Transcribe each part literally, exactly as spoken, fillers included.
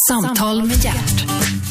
Samtal med Hjärt.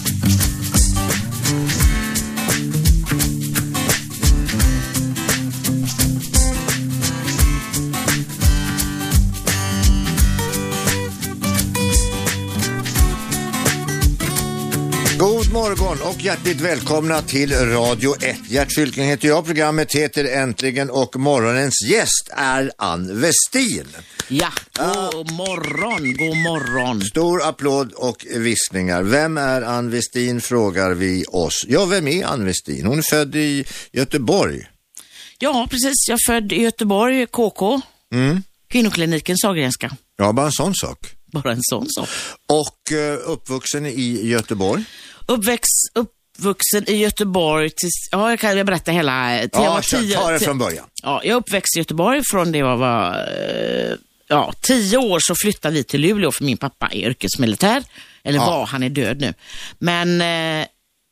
God morgon och hjärtligt välkomna till Radio ett. Gert Fylking heter jag, programmet heter Äntligen och morgonens gäst är Ann Westin. Ja, god morgon, god morgon. Stor applåd och vissningar. Vem är Ann Westin, frågar vi oss. Ja, vem är Ann Westin? Hon är född i Göteborg. Ja, precis. Jag är född i Göteborg, K K. Mm. Kvinnokliniken Sahlgrenska. Ja, bara en sån sak. Bara en sån sak. Och uh, uppvuxen i Göteborg? Uppväxt, uppvuxen i Göteborg tills, ja, jag kan berätta hela. Till ja, jag var tio, ta det till, från början. Ja, jag uppväxt i Göteborg från det jag var uh, ja, tio år så flyttade vi till Luleå för min pappa är yrkesmilitär. Eller ja. var, han är död nu. Men... Uh,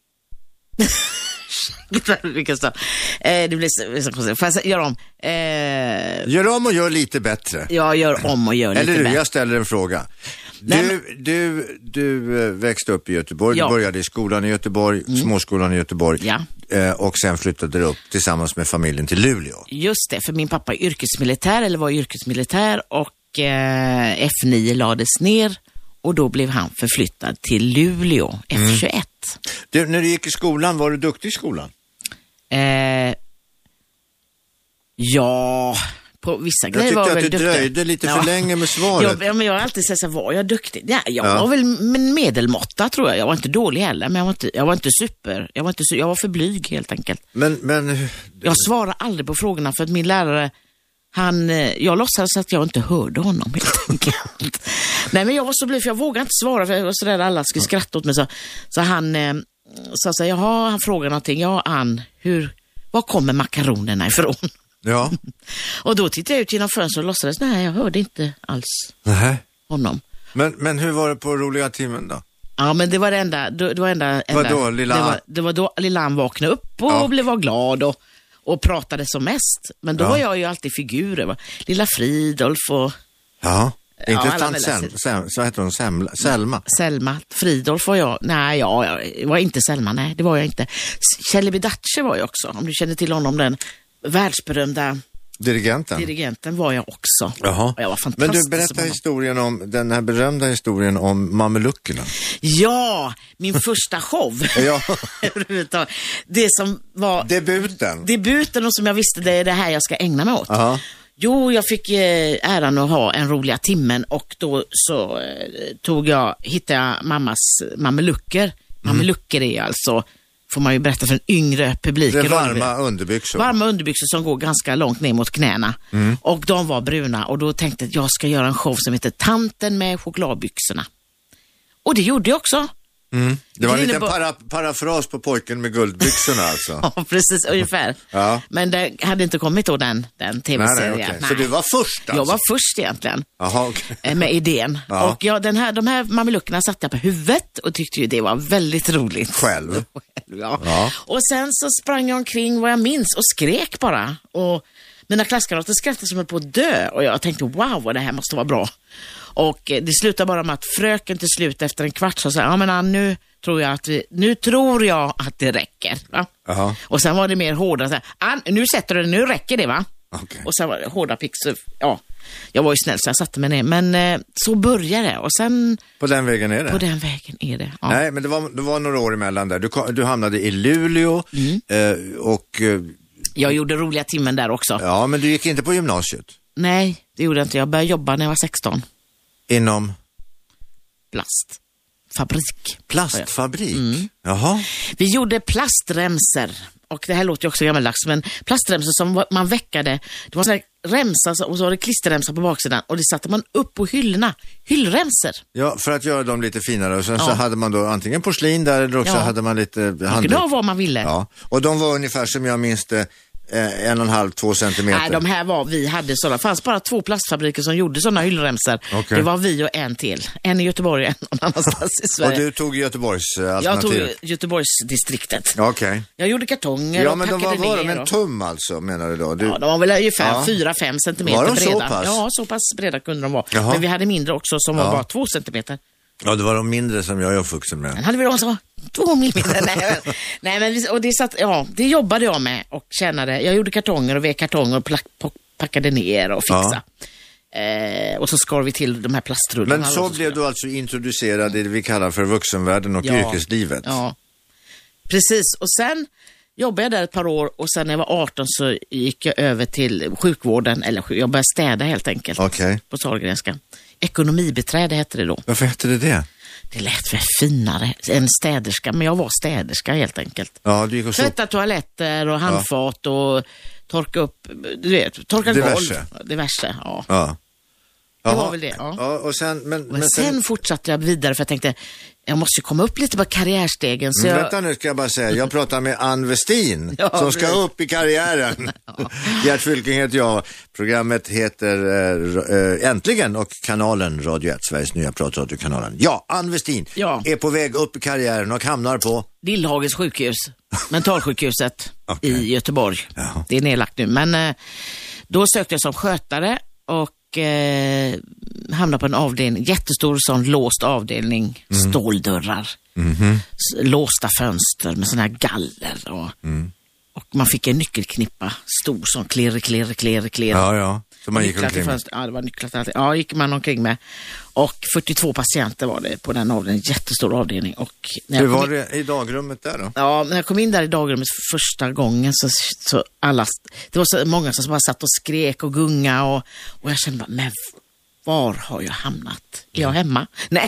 Vilken stund. Eh, det blir så, så konstigt. Får jag göra om? Eh, gör om och gör lite bättre. Jag gör om och gör lite Eller du, bättre. jag ställer en fråga. Nej, du, men... du, du växte upp i Göteborg, ja. du började i skolan i Göteborg, mm. småskolan i Göteborg ja. eh, och sen flyttade du upp tillsammans med familjen till Luleå. Just det, för min pappa är yrkesmilitär eller var yrkesmilitär och eh, F nio lades ner och då blev han förflyttad till Luleå, F tjugoett. Mm. Du, när du gick i skolan, var du duktig i skolan? Eh, ja, på vissa jag grejer var jag väl duktig. Jag tyckte att du dröjde lite ja. för länge med svaret. Ja, men jag har alltid sagt så här, var jag duktig? Ja, jag ja. var väl medelmåtta tror jag. Jag var inte dålig heller, men jag var inte, jag var inte super. Jag var, inte, jag var för blyg helt enkelt. Men, men... Jag svarade aldrig på frågorna för att min lärare, han, jag låtsades att jag inte hörde honom helt enkelt. Nej, men jag var så blyg för jag vågade inte svara för jag var så där alla skulle skratta åt mig. Så, så han eh, sa så här, jaha, han frågade någonting. Ja, Ann, hur, var kommer makaronerna ifrån? Ja. Och då tittade jag ut genom fönstret och låtsades, nej, jag hörde inte alls Nähä. honom. Men, men hur var det på roliga timmen då? Ja, men det var det enda, det var enda, enda Vadå, lilla... det, var, det var då lilla Ann vaknade upp och ja. blev var glad och, och pratade som mest. Men då ja. var jag ju alltid figurer, va? Lilla Fridolf och... Ja, inte ja, tant Selma, Selma, så heter hon, Selma. Selma. Selma, Fridolf var jag, nej, ja, jag var inte Selma, nej, det var jag inte. Celebi Dace var jag också, om du känner till honom, den världsberömda... Dirigenten. Dirigenten var jag också. Jaha. Jag var fantastisk. Men du berättar historien om, den här berömda historien om mameluckerna. Ja, min första show. Ja. Det som var... Debuten. Debuten och som jag visste, det är det här jag ska ägna mig åt. Aha. Jo, jag fick eh, äran att ha en roliga timmen och då så eh, tog jag, hittade jag mammas mamelucker. Mm. Mamelucker är alltså... får man ju berätta för en yngre publik. Det är varma underbyxor. Varma underbyxor som går ganska långt ner mot knäna. Mm. Och de var bruna. Och då tänkte jag att jag ska göra en show som heter Tanten med chokladbyxorna. Och det gjorde jag också. Mm. Det var en liten på... para, parafras på pojken med guldbyxorna alltså. Ja, precis, ungefär. Ja. Men det hade inte kommit då den, den tv-serien. Nej, nej, okay. Så du var först alltså? Jag var först egentligen. Aha, okay. Med idén. Ja. Och jag, den här, de här mameluckerna satte jag på huvudet och tyckte ju det var väldigt roligt. Själv? Ja. Ja. Och sen så sprang jag omkring vad jag minns och skrek bara. Och mina klasskamrater skrattade som höll på att dö. Och jag tänkte, wow, vad det här måste vara bra. Och det slutade bara med att fröken till slut efter en kvart så sa, ja men Ann, nu tror jag att vi, nu tror jag att det räcker. Va? Uh-huh. Och sen var det mer hårda så här, Ann, nu sätter du det, nu räcker det va? Okay. Och sen var det hårda pixar, ja. Jag var ju snäll så jag satte mig ner, men eh, så började det och sen... På den vägen är det? På den vägen är det, ja. Nej, men det var, det var några år emellan där. Du, du hamnade i Luleå mm. eh, och... Eh, jag gjorde roliga timmen där också. Ja, men du gick inte på gymnasiet? Nej, det gjorde jag inte. Jag började jobba när jag var sexton. Inom? Plastfabrik. Plastfabrik? Mm. Jaha. Vi gjorde plastremser. Och det här låter ju också gammaldags, men plastremser som man väckade, det var så här remsar och så var det klisterremsar på baksidan och det satte man upp på hyllorna. Hyllremser. Ja, för att göra dem lite finare och sen ja. så hade man då antingen porslin där eller också ja. hade man lite handduk. Det var vad man ville. Ja, och de var ungefär som jag minns det en och en halv, två centimeter. Nej, de här var, vi hade sådana, det fanns bara två plastfabriker som gjorde sådana hyllremsar. Okay. Det var vi och en till. En i Göteborg och en någon annanstans i Sverige. Och du tog Göteborgs alternativ? Jag tog Göteborgsdistriktet. Okej. Okay. Jag gjorde kartonger ja, och men de var, var de en och... tum alltså, menar du då? Du... Ja, de var väl ungefär ja. fyra fem centimeter breda. Var de breda. så pass? Ja, så pass breda kunde de vara. Jaha. Men vi hade mindre också som var ja. bara två centimeter. Ja, det var de mindre som jag är uppvuxen med. Den hade vi också två mil mindre. Nej, men, nej, men och det, satt, ja, det jobbade jag med och tjänade. Jag gjorde kartonger och vek kartonger och plack, packade ner och fixa. Ja. Eh, och så skar vi till de här plastrullarna. Men så blev du alltså introducerad i det vi kallar för vuxenvärlden och ja. yrkeslivet. Ja, precis. Och sen jobbade jag där ett par år och sen när jag var arton så gick jag över till sjukvården. Eller jag började städa helt enkelt. Okay. På Sahlgrenska. Ekonomibiträde hette det då. Varför hette det det? Det lät väl finare än städerska, men jag var städerska helt enkelt. Ja, du gick och så... Tvätta toaletter och handfat ja. och torka upp, du vet, torka diverse. golv. Diverse, ja. Ja. Det var väl det, ja. ja och sen, men, men sen... sen fortsatte jag vidare för jag tänkte, jag måste ju komma upp lite på karriärstegen. Så jag... jag... Vänta nu ska jag bara säga, jag pratar med Ann Westin ja, som ska upp i karriären. Ja. Gert Fylking heter jag. Programmet heter äh, Äntligen och kanalen Radio ett, Sveriges nya pratradiokanalen. Ja, Ann Westin ja. är på väg upp i karriären och hamnar på Lillhagens sjukhus, mentalsjukhuset okay. i Göteborg. Ja. Det är nedlagt nu, men äh, då sökte jag som skötare och eh, hamnade på en avdelning, jättestor sån låst avdelning, mm. ståldörrar, mm-hmm. låsta fönster med såna här galler och, mm. och man fick en nyckelknippa, stor som klirr, klirr, klirr, klirr. Ja, ja. Så man gick omkring med. Ja, det var nycklar till allting. Ja, gick man omkring med. Och fyrtiotvå patienter var det på den avdelningen, jättestor avdelning. Och när Hur jag var in... det i dagrummet där då? Ja, när jag kom in där i dagrummet första gången så, så alla, det var så många som bara satt och skrek och gunga och, och jag kände bara, men var har jag hamnat? Är jag hemma? Nej.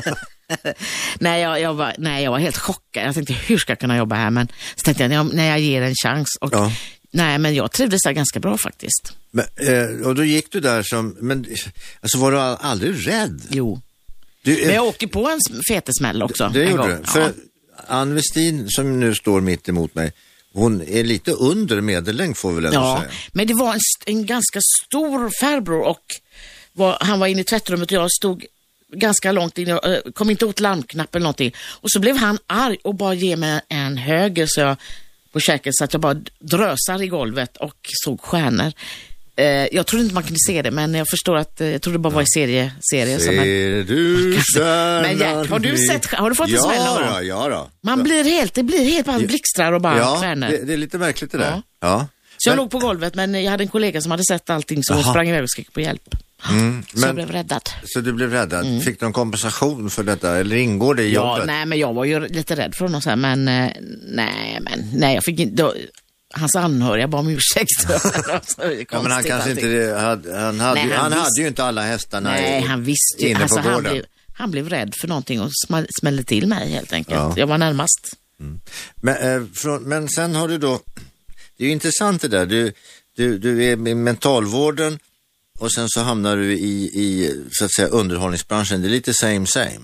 nej, jag, jag var, nej, jag var helt chockad. Jag tänkte, hur ska jag kunna jobba här? Men så tänkte jag, när jag ger en chans och ja. Nej, men jag trivdes där ganska bra faktiskt. Men, eh, och då gick du där som, men alltså var du aldrig rädd? Jo. Du, eh, men jag åker på en fetesmäll också. Det gjorde du. Ja. För Ann Westin som nu står mitt emot mig, hon är lite under medellängd får vi väl ändå ja, säga. Men det var en, en ganska stor farbror och var, han var inne i tvättrummet och jag stod ganska långt in, jag kom inte åt larmknappen eller någonting. Och så blev han arg och bara ge mig en höger så jag på käken så att jag bara drösar i golvet och såg stjärnor. Eh, jag trodde inte man kunde se det, men jag förstår att eh, jag trodde det bara var i serie. serie Ser en... du stjärnan? Men Gert, har du sett, har du fått en smäll någon gång? Ja, ja. Man blir helt, det blir helt bara blixtrar och bara ja, stjärnor. Det, det är lite märkligt det där. Ja. Ja. Så jag men... låg på golvet, men jag hade en kollega som hade sett allting så hon sprang iväg och skrek på hjälp. Mm, så men, jag blev räddad. Så du blev räddad? Mm. Fick du en kompensation för detta? Eller ingår det i ja, jobbet? Nej, men jag var ju lite rädd för honom så här, men eh, nej, men nej, jag fick inte... Hans anhöriga bara om ursäkt. Ja, men han kanske inte hade, han hade, nej, han han hade ju inte alla hästarna. Nej, han visste ju. Alltså, han, blev, han blev rädd för någonting och smällde till mig helt enkelt. Ja. Jag var närmast. Mm. Men, eh, från, men sen har du då, det är ju intressant det där. Du, du, du är i mentalvården och sen så hamnar du i, i så att säga underhållningsbranschen. Det är lite same same.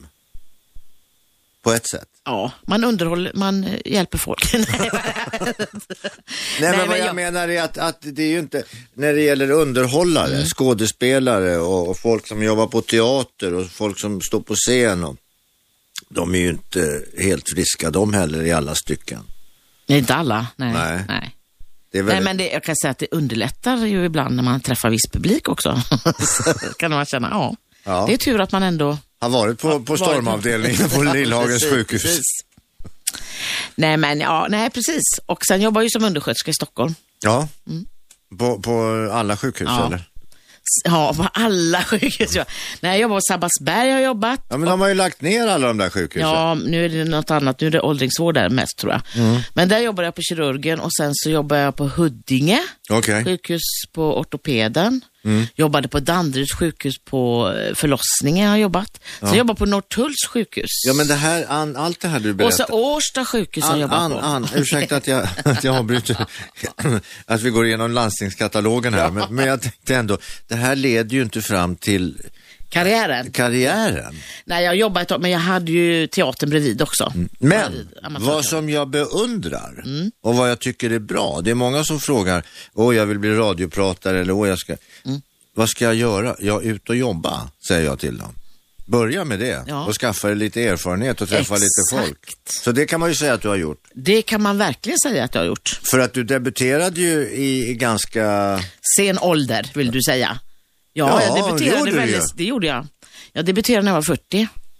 På ett sätt. Ja, man underhåller, man hjälper folk. Nej, Nej, men vad men jag, jag menar är att, att det är ju inte, när det gäller underhållare, mm. skådespelare och, och folk som jobbar på teater och folk som står på scen och, de är ju inte helt friska de heller i alla stycken. Inte alla, nej. Nej. nej. Det är väldigt... Nej, men det, jag kan säga att det underlättar ju ibland när man träffar viss publik också. Så kan man känna, ja, ja. Det är tur att man ändå har varit på, på stormavdelningen på Lillhagens sjukhus. Precis. Nej, men ja, nej, precis. Och sen jobbar jag ju som undersköterska i Stockholm. Ja, mm. på, på alla sjukhus ja. eller? Ja, på alla sjukhus. Ja. Nej, jag jobbar på Sabbatsberg har jag jobbat. Ja, men de har ju lagt ner alla de där sjukhusen. Ja, nu är det något annat. Nu är det åldringsvård där mest tror jag. Mm. Men där jobbar jag på kirurgen och sen så jobbar jag på Huddinge okay. sjukhus på ortopeden. Mm. Jobbade på Danderyds sjukhus på förlossningen har jag jobbat. Ja. Så jag jobbar på Norrtulls sjukhus. Ja, men det här, Ann, allt det här du berättar. Och så Årsta sjukhus har jag jobbat på. Ann, ursäkta att jag, att jag avbryter att vi går igenom landstingskatalogen här. Ja. Men, men jag tänkte ändå, det här leder ju inte fram till karriären. Karriären? Nej, jag jobbade ett tag, men jag hade ju teatern bredvid också. Mm. Men vad som jag beundrar mm. och vad jag tycker är bra, det är många som frågar, åh jag vill bli radiopratare eller åh jag ska, mm. vad ska jag göra? Jag ut och jobba, säger jag till dem. Börja med det ja. och skaffa dig lite erfarenhet och träffa Exakt. lite folk. Så det kan man ju säga att du har gjort. Det kan man verkligen säga att jag har gjort. För att du debuterade ju i ganska... sen ålder, vill du säga. Ja, ja jag debuterade det gjorde väldigt, det gjorde jag. Jag debuterade när jag var fyrtio.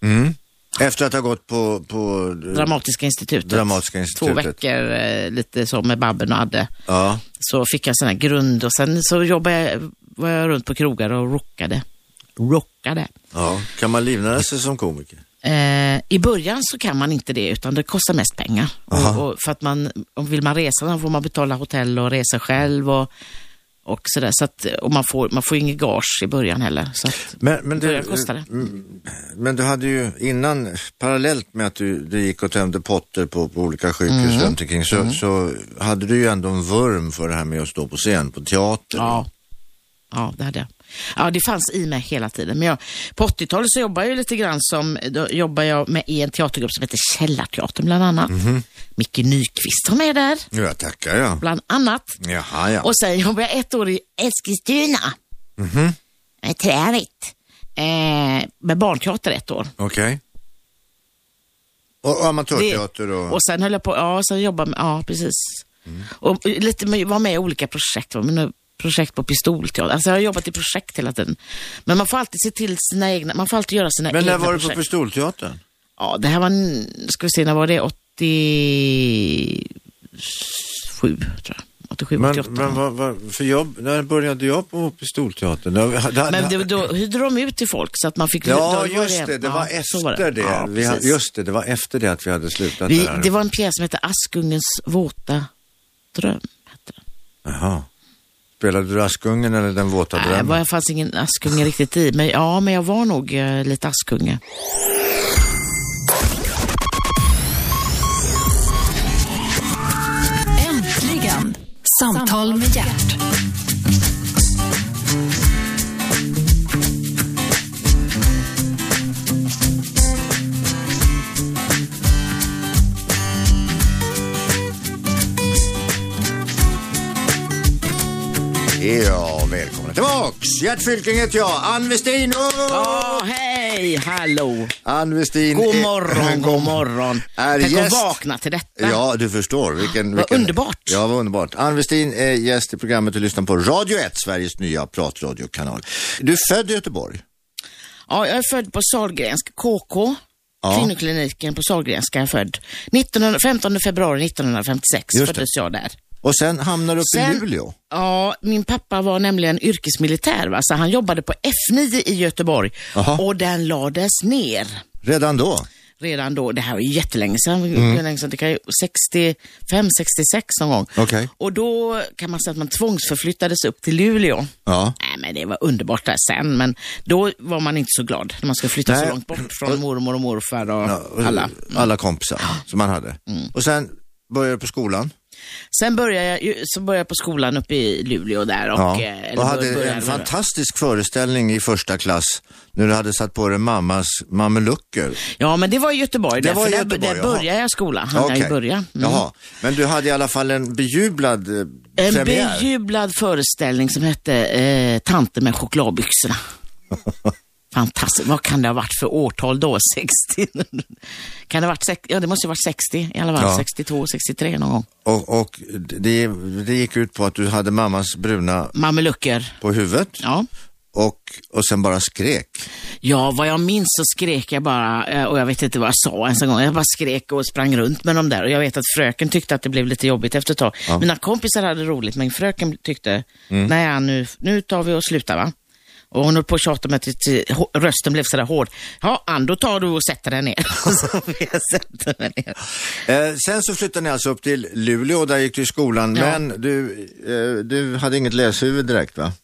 Mm. Efter att ha gått på, på Dramatiska institutet. Dramatiska institutet. Två veckor, eh, lite så med Babben och Adde. Ja. Så fick jag sån här grund och sen så jobbade jag, var jag runt på krogar och rockade. Rockade. Ja, kan man livnära sig som komiker? Eh, I början så kan man inte det, utan det kostar mest pengar. Och, och för att man, om vill man resa så får man betala hotell och resa själv och, och sådär. Så att, och man får, man får ingen gage i början heller. Så att men, men, du, kostar det. Men du hade ju innan, parallellt med att du, du gick och tömde potter på, på olika sjukhus mm. runt omkring, så, mm. så hade du ju ändå en vurm för det här med att stå på scen, på teater. Ja, ja det hade jag. Ja, det fanns i mig hela tiden. Men jag, på åttiotalet så jobbade jag lite grann som, då jobbade jag med i en teatergrupp som heter Källarteatern bland annat. Mm-hmm. Micke Nyqvist var med där. Ja, tackar jag. Bland annat. Jaha, ja. Och sen jobbade jag ett år i Eskilstuna. Mhm. Med Tränigt. Eh, med barnteater ett år. Okej. Okay. Och, och amatörteater och... Och sen höll jag på, ja, sen jobbade med, ja, precis. Mm. Och lite var med i olika projekt, men projekt på pistolteater. Alltså jag har jobbat i projekt hela tiden. Men man får alltid se till sina egna, man får alltid göra sina egna projekt. Men när var du på pistolteatern? Ja, det här var, ska vi se, när var det? åttiosju, tror jag. åttiosju, men, åttioåtta. Men vad, vad, för jobb, när började jag på pistolteatern? Det, det, men det, då hyrde de ut till folk så att man fick... Ja, då, just det, det var ja, efter var det. det. Ja, vi ha, just det, det var efter det att vi hade slutat vi, där. Det var en pjäs som hette Askungens våta dröm. Hette den. Jaha. Spelade du Askungen eller Den våta drömmen? Nej, det fanns ingen Askunge riktigt i. Men, ja, men jag var nog uh, lite Askunge. Äntligen. Samtal med hjärt. Ja, välkomna tillbaks. Gert Fylking heter jag. Ann Westin. Ja, oh, hej, hallå. Ann Westin. God morgon, är, god morgon. Är Tänk gäst. Att vakna till detta. Ja, du förstår. Vilken, vad vilken, underbart. Ja, vad underbart. Ann Westin är gäst i programmet och lyssnar på Radio ett, Sveriges nya pratradiokanal. Du är född i Göteborg. Ja, jag är född på Sahlgrenska, K K. Ja. Kvinnokliniken på Sahlgrenska är jag född. nittonhundra, femtonde februari nittonhundrafemtiosex föddes jag där. Och sen hamnar du upp sen, i Luleå? Ja, min pappa var nämligen yrkesmilitär, va? Så han jobbade på F nio i Göteborg. Aha. Och den lades ner. Redan då? Redan då, det här var ju jättelänge sedan, mm. länge sedan det kan ju sextiofem sextiosex någon gång. Okay. Och då kan man säga att man tvångsförflyttades upp till Luleå. Ja. Nej, men det var underbart där sen, men då var man inte så glad när man ska flytta Nej. så långt bort från mormor och morfar och ja, alla. Mm. Alla kompisar som man hade. Mm. Och sen började du på skolan? Sen började jag, så började jag på skolan uppe i Luleå där. Och, ja. eller och hade en fantastisk föreställning i första klass när du hade satt på dig mammas mamelucker. Ja, men det var i Göteborg. Det där, var i Göteborg, där, där började jag skolan. Han okay. jag börja. Mm. Jaha. Men du hade i alla fall en bejublad eh, En premiär. bejublad föreställning som hette eh, Tanten med chokladbyxorna. Fantastiskt. Vad kan det ha varit för årtal då? sextio? Kan det ha varit sextio? Ja, det måste ha varit sextio i alla fall. Ja. sextiotvå, sextiotre någon gång. Och, och det, det gick ut på att du hade mammas bruna mamelucker på huvudet. Ja. Och, och sen bara skrek. Ja, vad jag minns så skrek jag bara, och jag vet inte vad jag sa ens en gång. Jag bara skrek och sprang runt med dem där. Och jag vet att fröken tyckte att det blev lite jobbigt efter ett tag. Ja. Mina kompisar hade roligt, men fröken tyckte, mm. nej, nu, nu tar vi och slutar, va? Och hon höll på att tjata med att rösten blev sådär hård. Ja, Ann, då tar du och sätter den ner. Så jag sätter den ner. Eh, sen så flyttade ni alltså upp till Luleå, där gick du i skolan. Ja. Men du, eh, du hade inget läshuvud direkt, va?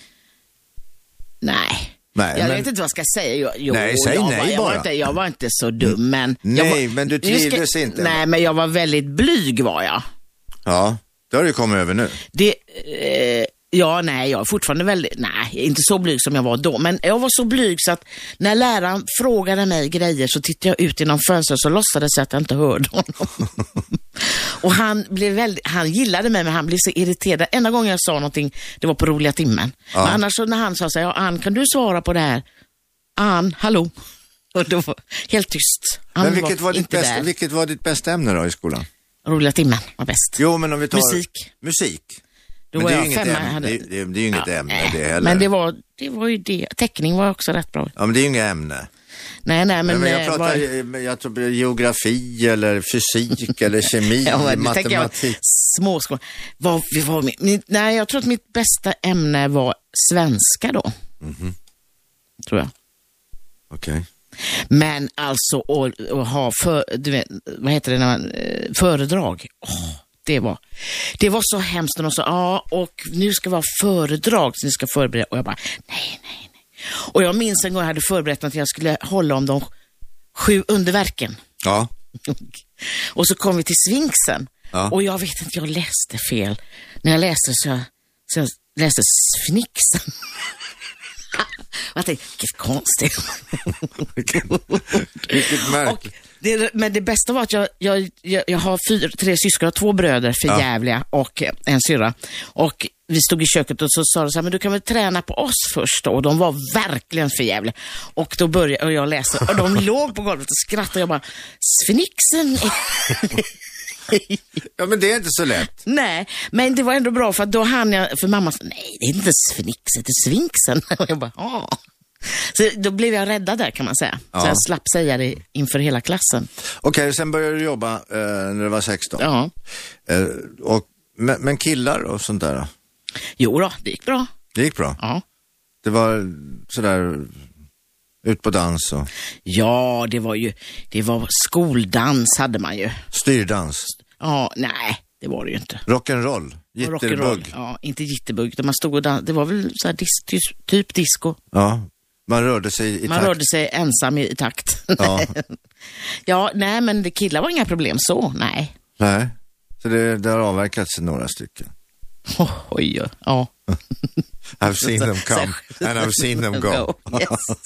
Nej. Nej, jag men... vet inte vad jag ska säga. Jo, jo, nej, säg jag nej var, jag bara. Var inte, jag var inte så dum, men... Nej, var, men du trivdes ska, inte. Nej, men jag var väldigt blyg, var jag. Ja, det har du kommit över nu. Det... Eh, Ja, nej, jag är fortfarande väldigt, nej, inte så blyg som jag var då. Men jag var så blyg så att när läraren frågade mig grejer så tittade jag ut genom fönstret så låtsades jag att jag inte hörde honom. Och han blev väldigt, han gillade mig, men han blev så irriterad. Enda gången jag sa någonting, det var på roliga timmen. Ja. Men annars så när han sa så här, ja, Ann, kan du svara på det här? Ann, hallå? Och då var helt tyst. Han men vilket var, var ditt bästa, vilket var ditt bästa ämne då i skolan? Roliga timmen var bäst. Jo, men om vi tar... Musik. Musik. Då men det är, jag ju inget femma, ämne. hade... Det, är, det, är, det är ju inget ja, ämne det heller. Men det var, det var ju det. Teckning var också rätt bra. Ja, men det är ju inget ämne. Nej, nej, men... Nej, men jag eh, pratar var... jag tror, geografi eller fysik eller kemi, ja, matematik. Småskol. Vad, vi var med, min, nej, jag tror att mitt bästa ämne var svenska då. Mm-hmm. Tror jag. Okej. Okay. Men alltså att, att ha för, du vet, vad heter det när man, eh, föredrag. Oh, det var det var så hemskt när de sa, ja, och nu ska vi ha föredrag så ni ska förbereda. Och jag bara, nej, nej, nej. Och jag minns en gång jag hade förberett att jag skulle hålla om de sju underverken. Ja. Och så kom vi till Sfinxen. Ja. Och jag vet inte, jag läste fel. När jag läste så jag, så jag läste Sfinxen. Jag tänkte, vilket konstigt. Vilket märkligt. Det, men det bästa var att jag, jag, jag, jag har fyra, tre syskon och två bröder för ja. jävliga och en syrra. Och vi stod i köket och så sa de så här, men du kan väl träna på oss först då? Och de var verkligen för jävliga. Och då började jag läsa och de låg på golvet och skrattade och jag bara, Sfinxen. Ja, men det är inte så lätt. Nej, men det var ändå bra för att då hann jag, för mamma sa, nej det är inte Sfinxen, det är Sfinxen. Och jag bara, ja. Så då blev jag räddad där kan man säga. Ja. Så jag slapp säga det inför hela klassen. Okej, okay, sen började du jobba eh, när du var sexton. Ja. Eh, och, men, men killar och sånt där då? Jo då, det gick bra. Det gick bra? Ja. Det var sådär ut på dans och... Ja, det var ju, det var skoldans hade man ju. Styrdans? Ja, nej, det var det ju inte. Rock'n'roll? Jitterbug? Ja, inte jitterbug. Man stod och dans, det var väl så här dis, typ disco. Ja, man rörde sig i man takt. Man rörde sig ensam i, i takt. Ja. Ja, nej, men det killar var inga problem så, nej. Nej, så det, det har avverkats några stycken. Oh, oj, ja. I've seen them come and I've seen them go. Yes.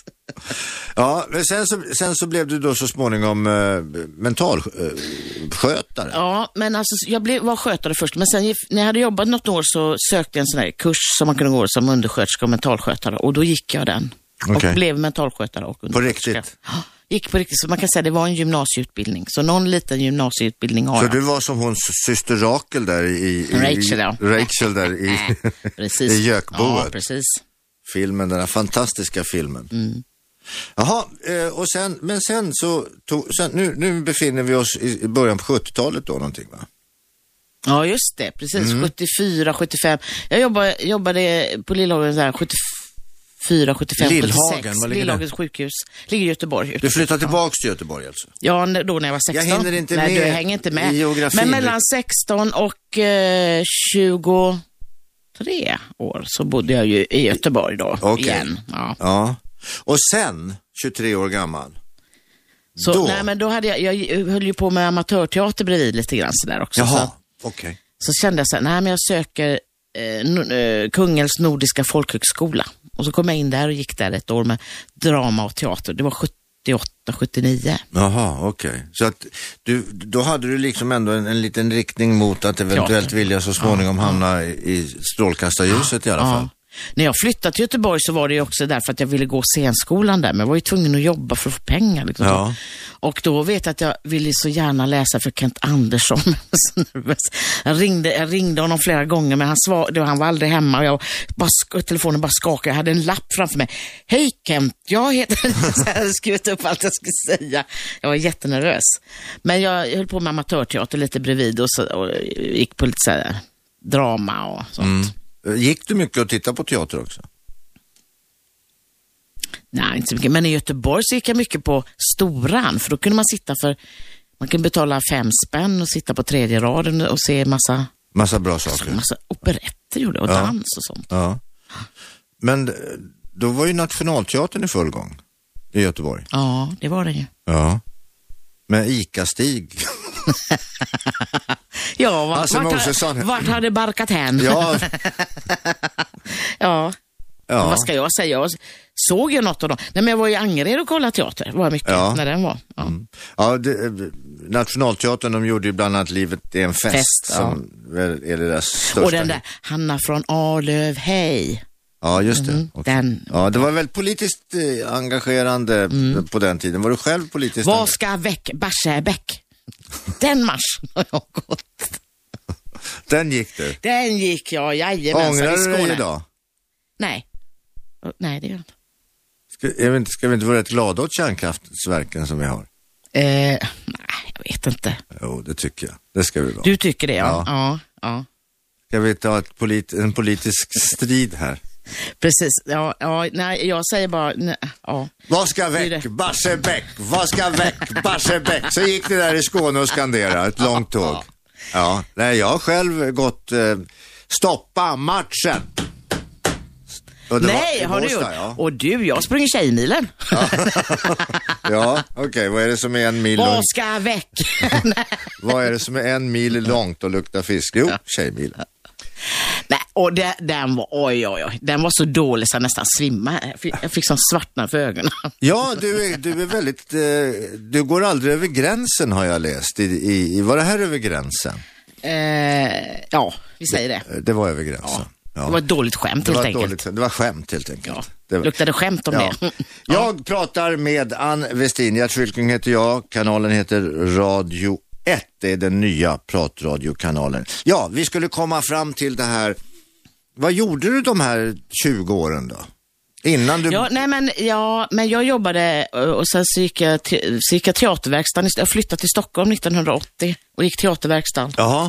Ja, men sen så, sen så blev du då så småningom uh, mentalskötare. Uh, ja, men alltså jag blev, var skötare först. Men sen när jag hade jobbat något år så sökte jag en sån här kurs som man kunde gå som undersköterska och mentalskötare. Och då gick jag den. Okay. Och blev mentalskötare och undersköterska. På riktigt? Ja, gick på riktigt. Så man kan säga det var en gymnasieutbildning. Så någon liten gymnasieutbildning har Så jag. du var som hon syster Rakel där i... i Rachel, ja. Rachel där i, precis. i Gökboet. Ja, precis. Filmen, den här fantastiska filmen. Mm. Jaha, och sen, men sen så, tog, sen, nu, nu befinner vi oss i början på sjuttiotalet då någonting va? Ja, just det, precis, mm. sjuttiofyra, sjuttiofem. Jag jobbade, jobbade på Lillhagen där, sjuttiofyra, sjuttiofem, Lillhagen, sjuttiosex. vad ligger Lillhagens det? sjukhus, ligger i Göteborg. Göteborg. Du flyttade tillbaka ja. till Göteborg alltså? Ja, då när jag var sexton. Jag hinner inte Nej, med. du hänger inte med. Geografin. Men mellan sexton och eh, tjugotre år så bodde jag ju i Göteborg då, okay. igen. Ja. ja. Och sen, tjugotre år gammal. Så, då? Nej, men då hade jag, jag höll ju på med amatörteater bredvid lite grann sådär också. Jaha, så, okej. Okay. Så kände jag så här, nej men jag söker eh, Kungälvs Nordiska Folkhögskola. Och så kom jag in där och gick där ett år med drama och teater. Det var sjuttioåtta sjuttionio. Jaha, okej. Okay. Så att du, då hade du liksom ändå en, en liten riktning mot att eventuellt teater. Vilja så småningom ja, hamna ja. i strålkastarljuset ja, i alla fall. Ja. När jag flyttade till Göteborg så var det ju också därför att jag ville gå scenskolan där. Men jag var ju tvungen att jobba för att få pengar. Liksom ja. Och då vet jag att jag ville så gärna läsa för Kent Andersson. jag, ringde, jag ringde honom flera gånger men han, svar, då, han var aldrig hemma. Och jag bara, telefonen bara skakade. Jag hade en lapp framför mig. Hej Kent, jag heter... så jag hade skrivit upp allt jag skulle säga. Jag var jättenervös. Men jag, jag höll på med amatörteater lite bredvid och, så, och gick på lite så här, drama och sånt. Mm. Gick du mycket och tittade på teater också? Nej, inte så mycket. Men i Göteborg så gick jag mycket på Storan. För då kunde man sitta för... Man kunde betala fem spänn och sitta på tredje raden och se massa... Massa bra saker. Massa operetter gjorde och ja. dans och sånt. Ja. Men då var ju Nationalteatern i full gång i Göteborg. Ja, det var det ju. Ja. Med Ica-Stig. ja, vart, alltså, vart, vart hade barkat hän? Ja. ja. Ja. Vad ska jag säga? Jag såg ju något av dem. Nej, men jag var i Angered och kollade teater. Var mycket ja. när den var. Ja, mm. ja det, Nationalteatern, de gjorde ju bland annat Livet är en fest. fest som ja. är deras största. Och den där Hanna från Arlöv, hej. Ja, just det. Mm, den. Ja, det var väldigt politiskt eh, engagerande mm. på den tiden. Var du själv politiskt Vad ska väck? Barsebäck. Den marschen har jag gått. Den gick du? Den gick jag, jajamensan. Ångrar du dig idag? Nej. Nej, det gör jag inte. Ska, är vi inte, ska vi inte vara rätt glada åt kärnkraftverken som vi har? Eh, nej, jag vet inte. Jo, det tycker jag. Det ska vi vara. Du tycker det, ja. Ja. ja, ja. Ska vi ta ett polit, en politisk strid här? Precis, ja, ja, nej, jag säger bara, nej, ja. Vad ska Det är väck? det. Barsebäck! Vad ska väck? Barsebäck! Så gick det där i Skåne och skandera ett långt tåg. Ja, nej, jag har själv gått eh, stoppa matchen. Och det Nej, var i har du Båstad, gjort? ja. Och du, jag springer Tjejmilen. Ja, okej. Okay. Vad är det som är en mil Vad långt? ska väck? Vad är det som är en mil långt och luktar fisk? Jo, Tjejmilen. Nej, och det, den var, oj, oj, oj, den var så dålig så jag nästan svimmade. Jag fick, jag fick som svartna för ögonen. Ja, du är, du är väldigt, eh, du går aldrig över gränsen har jag läst. I, i, var det här över gränsen? Eh, ja, vi säger det. Det var över gränsen. Ja. Ja. Det var ett dåligt skämt Det helt var, enkelt. dåligt, det var skämt helt enkelt. Ja. Det var, Luktade skämt om ja. det. Jag pratar med Ann Westin. Gert Fylking heter jag. Kanalen heter Radio ett. Det är den nya pratradiokanalen. Ja, vi skulle komma fram till det här. Vad gjorde du de här tjugo åren då? Innan du... Ja, nej men, ja, men jag jobbade och sen så gick jag, te, så gick jag teaterverkstan. Jag flyttade till Stockholm nittonhundraåttio och gick teaterverkstan. Jaha.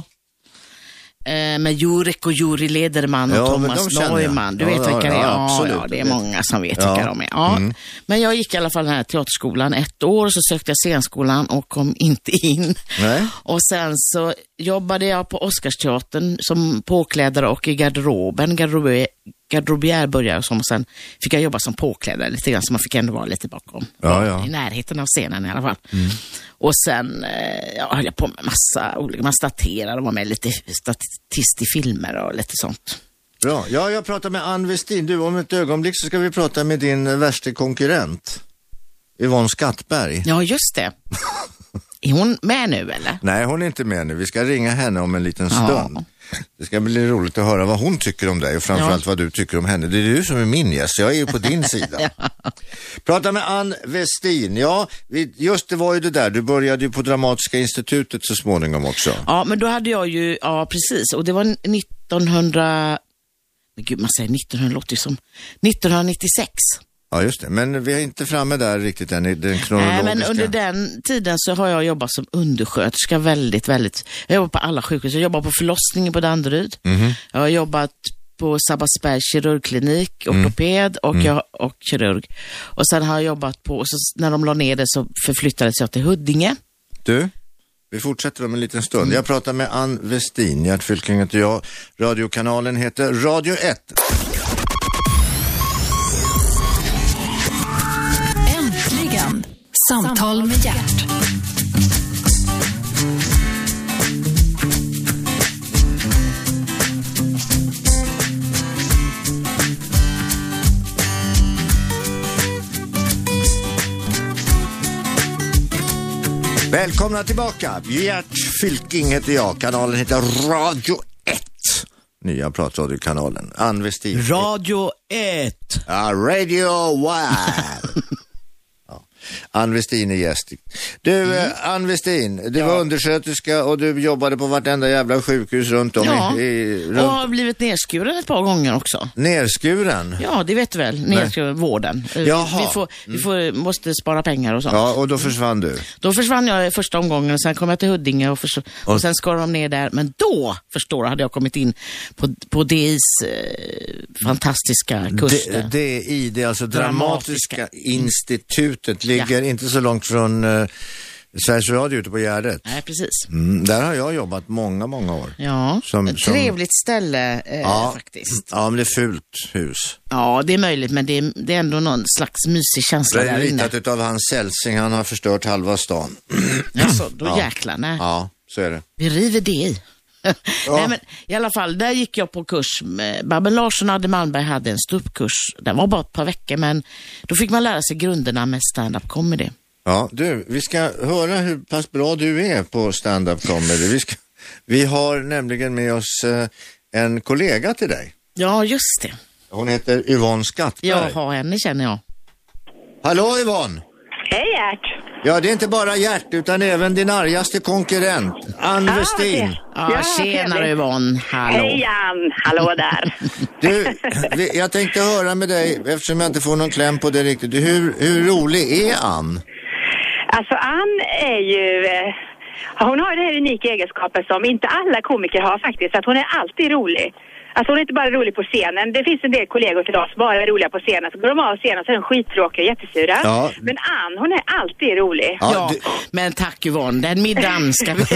Eh, med Jurek och Juri Lederman och Ja, men de Thomas känner jag. Neumann. Du Ja, vet ja, vilka det är? ja, Ja, absolut. ja, det är många som vet Ja. vilka de är. Ja. Mm. Men jag gick i alla fall den här teaterskolan ett år och så sökte jag scenskolan och kom inte in. Nej. Och sen så jobbade jag på Oscarsteatern som påklädare och i garderoben. Garderobier, garderobier började jag som och sen fick jag jobba som påklädare lite grann så man fick ändå vara lite bakom. Ja, ja. I närheten av scenen i alla fall. Mm. Och sen eh, ja, höll jag på med massa olika, man staterade och var med lite statist i filmer och lite sånt. Bra. Ja, jag pratar med Ann Westin. Du, om ett ögonblick så ska vi prata med din värsta konkurrent. Yvonne Skattberg. Ja, just det. Är hon med nu eller? Nej, hon är inte med nu. Vi ska ringa henne om en liten Ja. stund. Det ska bli roligt att höra vad hon tycker om dig och framförallt Ja. vad du tycker om henne. Det är du som är min gäst, jag är ju på din sida. Ja. Prata med Ann Westin. Ja, vi, just det var ju det där. Du började ju på Dramatiska institutet så småningom också. Ja, men då hade jag ju, ja precis, och det var nittonhundra, men gud man säger nittonhundraåttio som, nittonhundranittiosex. Ja, just det. Men vi är inte framme där riktigt än i den kronologiska. Nej, men under den tiden så har jag jobbat som undersköterska väldigt, väldigt, jag jobbar på alla sjukhus, jag jobbar på förlossningen på Danderyd, Mhm. jag har jobbat på Sabbatsbergs kirurgklinik, ortoped och, jag, och kirurg. Och sen har jag jobbat på, och så när de la ner det så förflyttades jag till Huddinge. Du, vi fortsätter om en liten stund. Jag pratar med Ann Westin. Gert Fylking heter jag. Radiokanalen heter Radio ett. Äntligen. Samtal med Gert. Välkomna tillbaka. Gert Fylking heter jag. Kanalen heter Radio ett. Nya pratradiokanalen. Ann Westin. Radio ett. Ja, Radio One. Ja. Ann Westin är gäst. Du, mm. Ann Westin, du Ja. var undersköterska och du jobbade på vartenda jävla sjukhus runt om Ja, i, i runt. och har blivit nerskuren ett par gånger också. Nerskuren. Ja, det vet du väl. Nerskuren, vården. Eh, Jaha. Vi, får, vi får, måste spara pengar och sånt. Ja, och då försvann du. Då försvann jag i första omgången och sen kom jag till Huddinge och, förs- och, Och- sen skar de ner där. Men då, förstår du, hade jag kommit in på, på D I's eh, fantastiska kurs. D- där. DI, det är alltså Dramatiska, Dramatiska institutet, ligger inte så långt från uh, Sveriges Radio ute på Gärdet. Nej, precis. Mm, där har jag jobbat många, många år. Ja, Som- ett som- trevligt ställe eh, Ja. faktiskt. Ja, men det är fult hus. Ja, det är möjligt, men det är, det är ändå någon slags mysig känsla Det är där inne. ritat utav hans Celsing, han har förstört halva stan. Alltså, då Ja. jäklar, nej. Ja, så är det. Vi river det i. Nej, men i alla fall, där gick jag på kurs med Babben Larsson och Adde Malmberg hade en ståuppkurs. Den var bara ett par veckor, men då fick man lära sig grunderna med stand-up comedy. Ja, du, vi ska höra hur pass bra du är på stand-up comedy. Vi, ska, vi har nämligen med oss eh, en kollega till dig. Ja, just det. Hon heter Yvonne Skattberg. Jag har henne, känner jag. Hallå Yvonne! Hej Gert! Ja, det är inte bara Gert utan även din argaste konkurrent, Ann Ah, Westin. okej. Ja, Ja, tjenare trevligt. Yvonne. Hallå. Hej Ann, hallå där. Du, jag tänkte höra med dig, eftersom jag inte får någon kläm på det riktigt. Hur, hur rolig är Ann? Alltså Ann är ju... Hon har den här unika egenskapen som inte alla komiker har faktiskt. Att hon är alltid rolig. Alltså hon är inte bara rolig på scenen. Det finns en del kollegor till oss som bara är roliga på scenen. Så går de av scenen så är de skittråkiga och jättesura. Ja. Men Ann, hon är alltid rolig. Ja, ja du... men tack Yvonne, den middagen ska vi...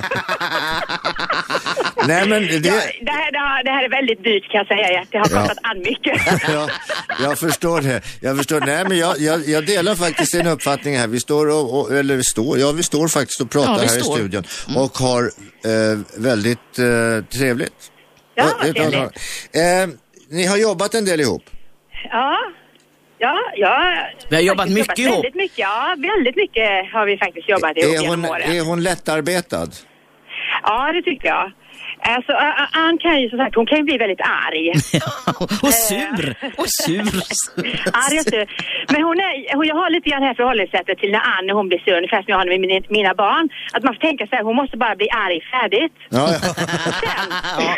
Nej, men det... Ja, det, här, det, här, det här är väldigt dyrt kan jag säga. Det har kostat ja. Ann mycket. Ja, jag förstår det. Jag förstår. Nej, men jag, jag, jag delar faktiskt en uppfattning här. Vi står och, och eller vi står, ja vi står faktiskt och pratar ja, här står. i studion. Mm. Och har eh, väldigt eh, trevligt. Ja, vad trevligt. Eh, ni har jobbat en del ihop? Ja, ja, ja. Vi har jobbat mycket jobbat ihop. Väldigt mycket, ja, väldigt mycket har vi faktiskt jobbat ihop är genom hon, åren. Är hon lättarbetad? Ja, det tycker jag. Alltså, Ann kan ju som sagt, hon kan ju bli väldigt arg. och sur, och sur. Arg och sur. Men hon är, hon, jag har lite grann här förhållningssättet till när Ann, när hon blir sur, ungefär som jag har med mina, mina barn. Att man får tänka sig, hon måste bara bli arg färdigt. Ja, ja. ja.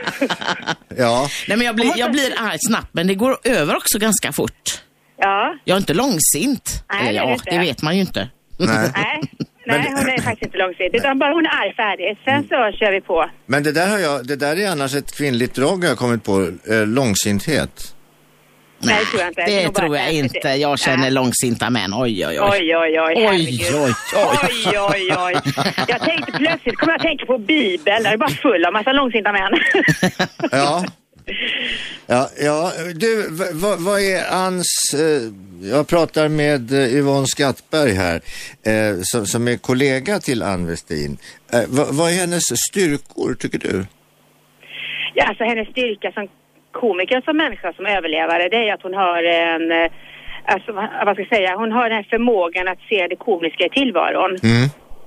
ja. Nej, men jag blir, jag blir arg snabbt, men det går över också ganska fort. Ja. Jag är inte långsint. Nej, Eller, ja, det, det vet man ju inte. Nej. Nej. Nej, hon är faktiskt inte långsiktigt, utan bara hon är arg färdig. Sen så kör vi på. Men det där har jag, det där är annars ett kvinnligt drag jag har kommit på, eh, långsinthet. Nej, det tror jag inte. Det jag tror jag inte. Jag känner ja. långsinta män. Oj, oj, oj. Oj, oj, oj. Oj, oj, oj. Oj, oj, oj. Jag tänkte plötsligt, kommer jag tänka på Bibeln. Där är bara full av massa långsinta män. Ja. Ja, ja, du, vad, vad är Anns, eh, jag pratar med eh, Yvonne Skattberg här, eh, som, som är kollega till Ann Westin. Eh, vad, vad är hennes styrkor, tycker du? Ja, alltså hennes styrka som komiker, som människa, som överlevare, det är att hon har en, eh, alltså vad ska jag säga, hon har den här förmågan att se det komiska i tillvaron. Mm.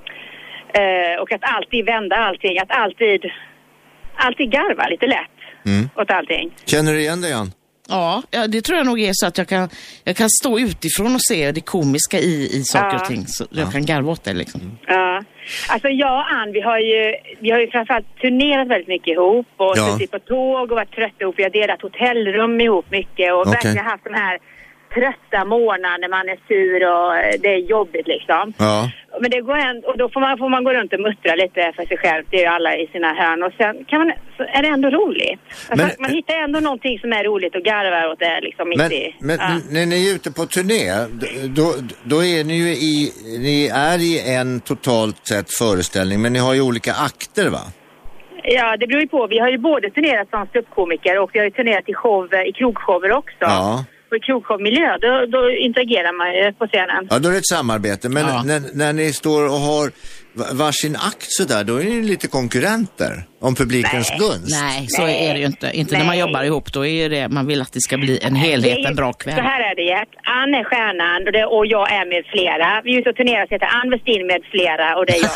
Eh, och att alltid vända allting, att alltid, alltid garva lite lätt. Mm. Åt allting. Känner du igen det, Jan? Ja, ja, det tror jag nog är så att jag kan, jag kan stå utifrån och se det komiska i, i saker ja. och ting. Så jag ja. kan garva åt det liksom. Mm. Ja, alltså jag och Ann, vi har ju, vi har ju framförallt turnerat väldigt mycket ihop och ja. suttit på tåg och varit trötta ihop. Vi har delat hotellrum ihop mycket och okay. verkligen haft de här trötta månader när man är sur och det är jobbigt liksom. Ja. Men det går ändå, och då får man, får man gå runt och muttra lite för sig själv. Det är ju alla i sina hörn. Och sen kan man, så är det ändå roligt. Alltså men, man hittar ändå någonting som är roligt och garvar åt det liksom. Men, i, men ja. när ni är ute på turné, då, då är ni ju i, ni är i en totalt sett föreställning, men ni har ju olika akter, va? Ja, det beror ju på. Vi har ju både turnerat som ståuppkomiker och vi har ju turnerat i show, i krogshower också. Ja. Och i krogshowmiljö, då, då interagerar man ju på scenen. Ja, då är det ett samarbete. Men ja. när, när ni står och har varsin akt så där, då är ni lite konkurrenter om publikens Nej. gunst. Nej, så Nej. är det ju inte. Inte Nej. när man jobbar ihop, då är det, man vill att det ska bli en helhet, är, en bra kväll. Så här är det, Gert. Ann är stjärnan och, det, och jag är med flera. Vi är ute och turnerar så heter Ann Westin med flera och det är jag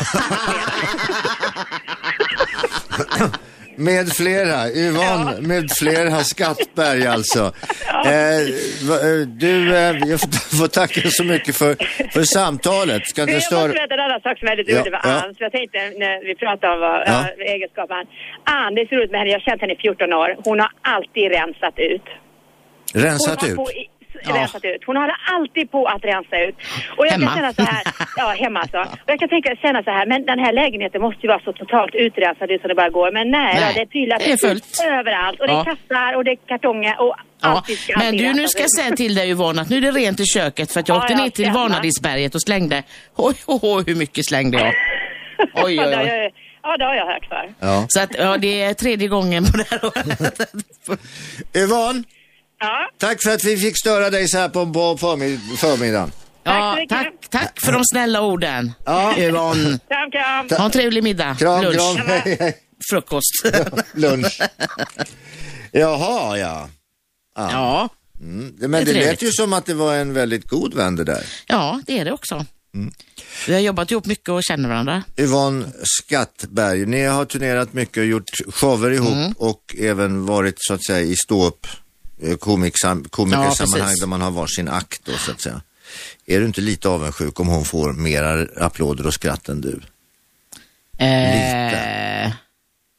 med flera, Yvonne ja. med flera Skattberg alltså. Ja. Eh, du, eh, jag får, får tacka så mycket för, för samtalet. Ska inte jag störa... måste berätta en annan sak som är lite roligt med ja. Ann. Så jag tänkte när vi pratade om vad, ja. äh, egenskapen. Ann, det är så roligt med henne. Jag har känt henne i fjorton år. Hon har alltid rensat ut. Rensat ut? Ja. Rensat ut. Hon håller alltid på att rensa ut. Och jag hemma. kan känna så här, ja hemma alltså. Och jag kan tänka, känna så här, men den här lägenheten måste ju vara så totalt utrensad ut så det bara går. Men nej, nej. Då, det är prylar det är fullt överallt. Och ja. det är kassar och det är kartonger och ja. Ska men du, nu ska jag säga till dig Yvonne att nu är det rent i köket för att jag ja, åkte ner till Vanadisberget och slängde. Oj, oj, oj, hur mycket slängde jag? Oj, oj, oj. Ja, det har jag hört för. Ja. Så att, ja, det är tredje gången på det här året. Yvonne? Ja. Tack för att vi fick störa dig så här på, på förmid- förmiddagen. Ja, tack, tack för de snälla orden. Ja. Yvonne. Kram, kram. Ha en trevlig middag. Kram, lunch. Kram, hej, hej. Frukost. Lunch. Jaha, ja. Ja. ja. Mm. Men det, det lät ju som att det var en väldigt god vän det där. Ja, det är det också. Mm. Vi har jobbat ihop mycket och känner varandra. Yvonne Skattberg, ni har turnerat mycket och gjort shower ihop mm. och även varit så att säga i ståupp komikersammanhang ja, där man har varsin akt då, så att säga. Är du inte lite avundsjuk om hon får mera applåder och skratt än du? Eh, lite.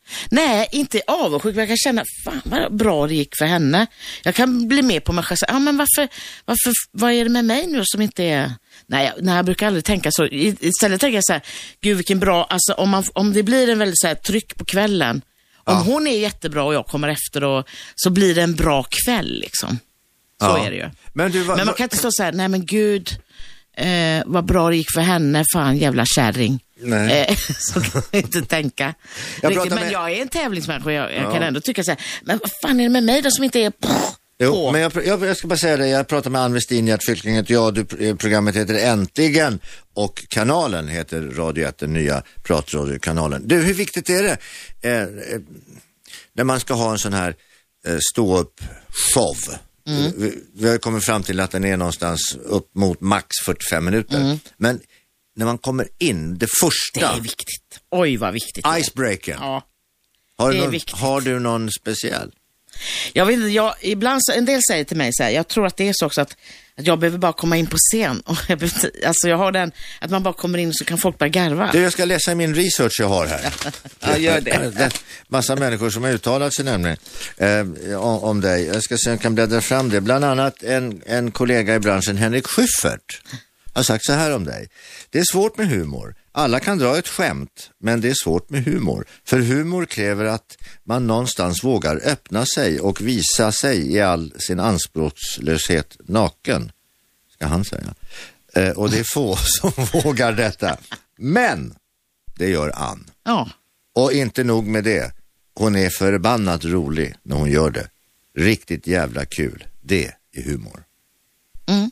Nej, inte avundsjuk. Jag kan känna, fan vad bra det gick för henne. Jag kan bli med på mig själv. Ja, men varför, varför, vad är det med mig nu som inte är... Nej, jag, nej, jag brukar aldrig tänka så. Istället tänker jag så här, gud vilken bra... Alltså om, man, om det blir en väldigt så här tryck på kvällen. Om ja. hon är jättebra och jag kommer efter och, så blir det en bra kväll liksom. Så ja. är det ju. Men, du, va, men man kan inte stå så här, nej men gud, eh, vad bra det gick för henne, fan jävla kärring. Nej. Eh, så kan jag inte tänka. Jag Riktigt, men med... jag är en tävlingsmänniska och jag, jag ja. kan ändå tycka så här, men vad fan är det med mig då som inte är... Jo, men jag, jag, jag ska bara säga det, jag pratar med Ann Westin, Gert Fylking heter jag, du, programmet heter Äntligen och kanalen heter Radio ett, den nya pratradiokanalen. Du, hur viktigt är det eh, eh, när man ska ha en sån här eh, stå-upp-show? Mm. Vi, vi har kommit fram till att den är någonstans upp mot max fyrtiofem minuter. Mm. Men när man kommer in, det första... Det är viktigt. Oj, vad viktigt. Icebreaker. Ja, har, det du är någon, viktigt. har du någon speciell? Jag vet, jag, ibland så, en del säger till mig så här, jag tror att det är så också att, att jag behöver bara komma in på scen. Och jag behöver, alltså jag har den, att man bara kommer in och så kan folk börja garva. Du, jag ska läsa i min research jag har här. Ja, gör det. det är massa människor som har uttalat sig nämligen eh, om, om dig. Jag ska se om jag kan bläddra fram det. Bland annat en, en kollega i branschen, Henrik Schyffert, har sagt så här om dig. Det är svårt med humor. Alla kan dra ett skämt, men det är svårt med humor. För humor kräver att man någonstans vågar öppna sig och visa sig i all sin anspråkslöshet naken, ska han säga. Eh, och det är få som vågar detta. Men det gör Ann. Ja. Och inte nog med det. Hon är förbannat rolig när hon gör det. Riktigt jävla kul. Det är humor. Mm.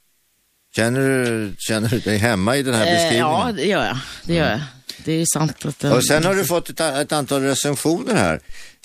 Känner du, känner du dig hemma i den här beskrivningen? Eh, ja, det gör jag. Det gör jag. Det är sant. Att den... Och sen har du fått ett, ett antal recensioner här.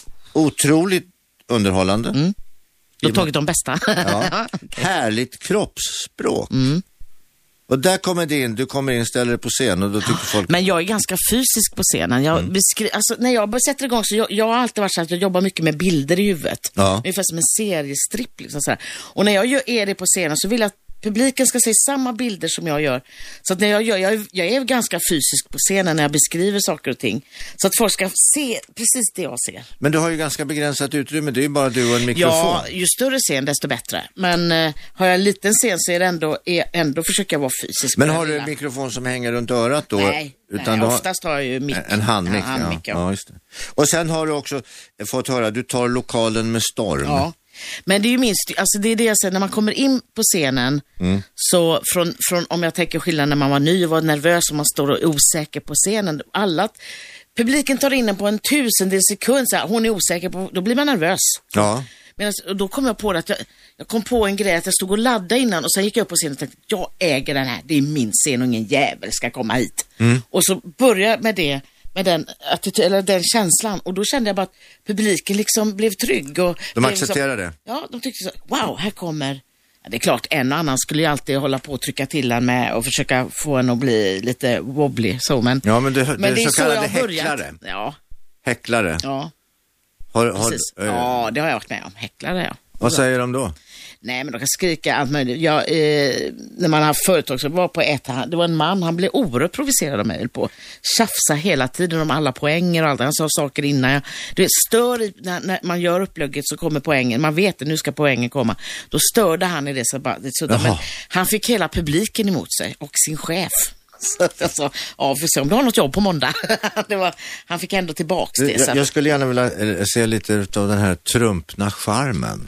Otroligt underhållande. Mm. Du har tagit de bästa. Ja. Härligt kroppsspråk. Mm. Och där kommer det in, du kommer in, ställer dig på scen och då tycker folk... Men jag är ganska fysisk på scenen. Jag mm. beskri... alltså, när jag sätter igång så jag, jag har alltid varit så att jag jobbar mycket med bilder i huvudet. Ja. Ungefär som en seriestripp. Liksom, så här. Och när jag gör, är det på scenen så vill jag att publiken ska se samma bilder som jag gör. Så att när jag gör, jag, jag är ganska fysisk på scenen när jag beskriver saker och ting. Så att folk ska se precis det jag ser. Men du har ju ganska begränsat utrymme, det är ju bara du och en mikrofon. Ja, ju större scen desto bättre. Men eh, har jag en liten scen så är det ändå, är, ändå försöker jag vara fysisk. Men har du en mikrofon som hänger runt örat då? Nej, utan nej du oftast har jag ju mick. En handmick, ja. handmick ja. Ja, just det. Och sen har du också fått höra, du tar lokalen med storm. Ja. Men det är ju minst, alltså det är det jag säger, när man kommer in på scenen mm. så från, från, om jag tänker skillnad när man var ny och var nervös och man står och är osäker på scenen, alla, publiken tar in den på en tusendel sekund, så här, hon är osäker på, då blir man nervös. Ja. Men då kom jag på det att jag, jag kom på en grej att jag stod och laddade innan och sen gick jag upp på scenen och tänkte, jag äger den här, det är min scen och ingen jävel ska komma hit. Mm. Och så började jag med det, med den attityd, eller den känslan, och då kände jag bara att publiken liksom blev trygg. Och de accepterade det? Ja, de tyckte så, wow, här kommer... Ja, det är klart, en och annan skulle ju alltid hålla på och trycka till en med och försöka få en att bli lite wobbly. Så, men, ja, men, du, men det är så, så kallade häcklare. Ja. Häcklare? Ja. Har, har, Precis. Äh, ja, det har jag varit med om. Häcklare, ja. Vad säger de då? Nej, men de kan skrika allt möjligt. Jag, eh, när man har företag så var på ett, det var en man, han blev oerhört provocerad av mig på. Tjafsa hela tiden om alla poänger och allt. Han sa saker innan jag, det stör i, när, när man gör upplögget så kommer poängen. Man vet att nu ska poängen komma. Då störde han i det så bara, så där, men han fick hela publiken emot sig och sin chef. Så jag sa, ja, för se om du har något jobb på måndag. Det var, han fick ändå tillbaks det. Jag, så att... jag skulle gärna vilja se lite av den här trumpna charmen.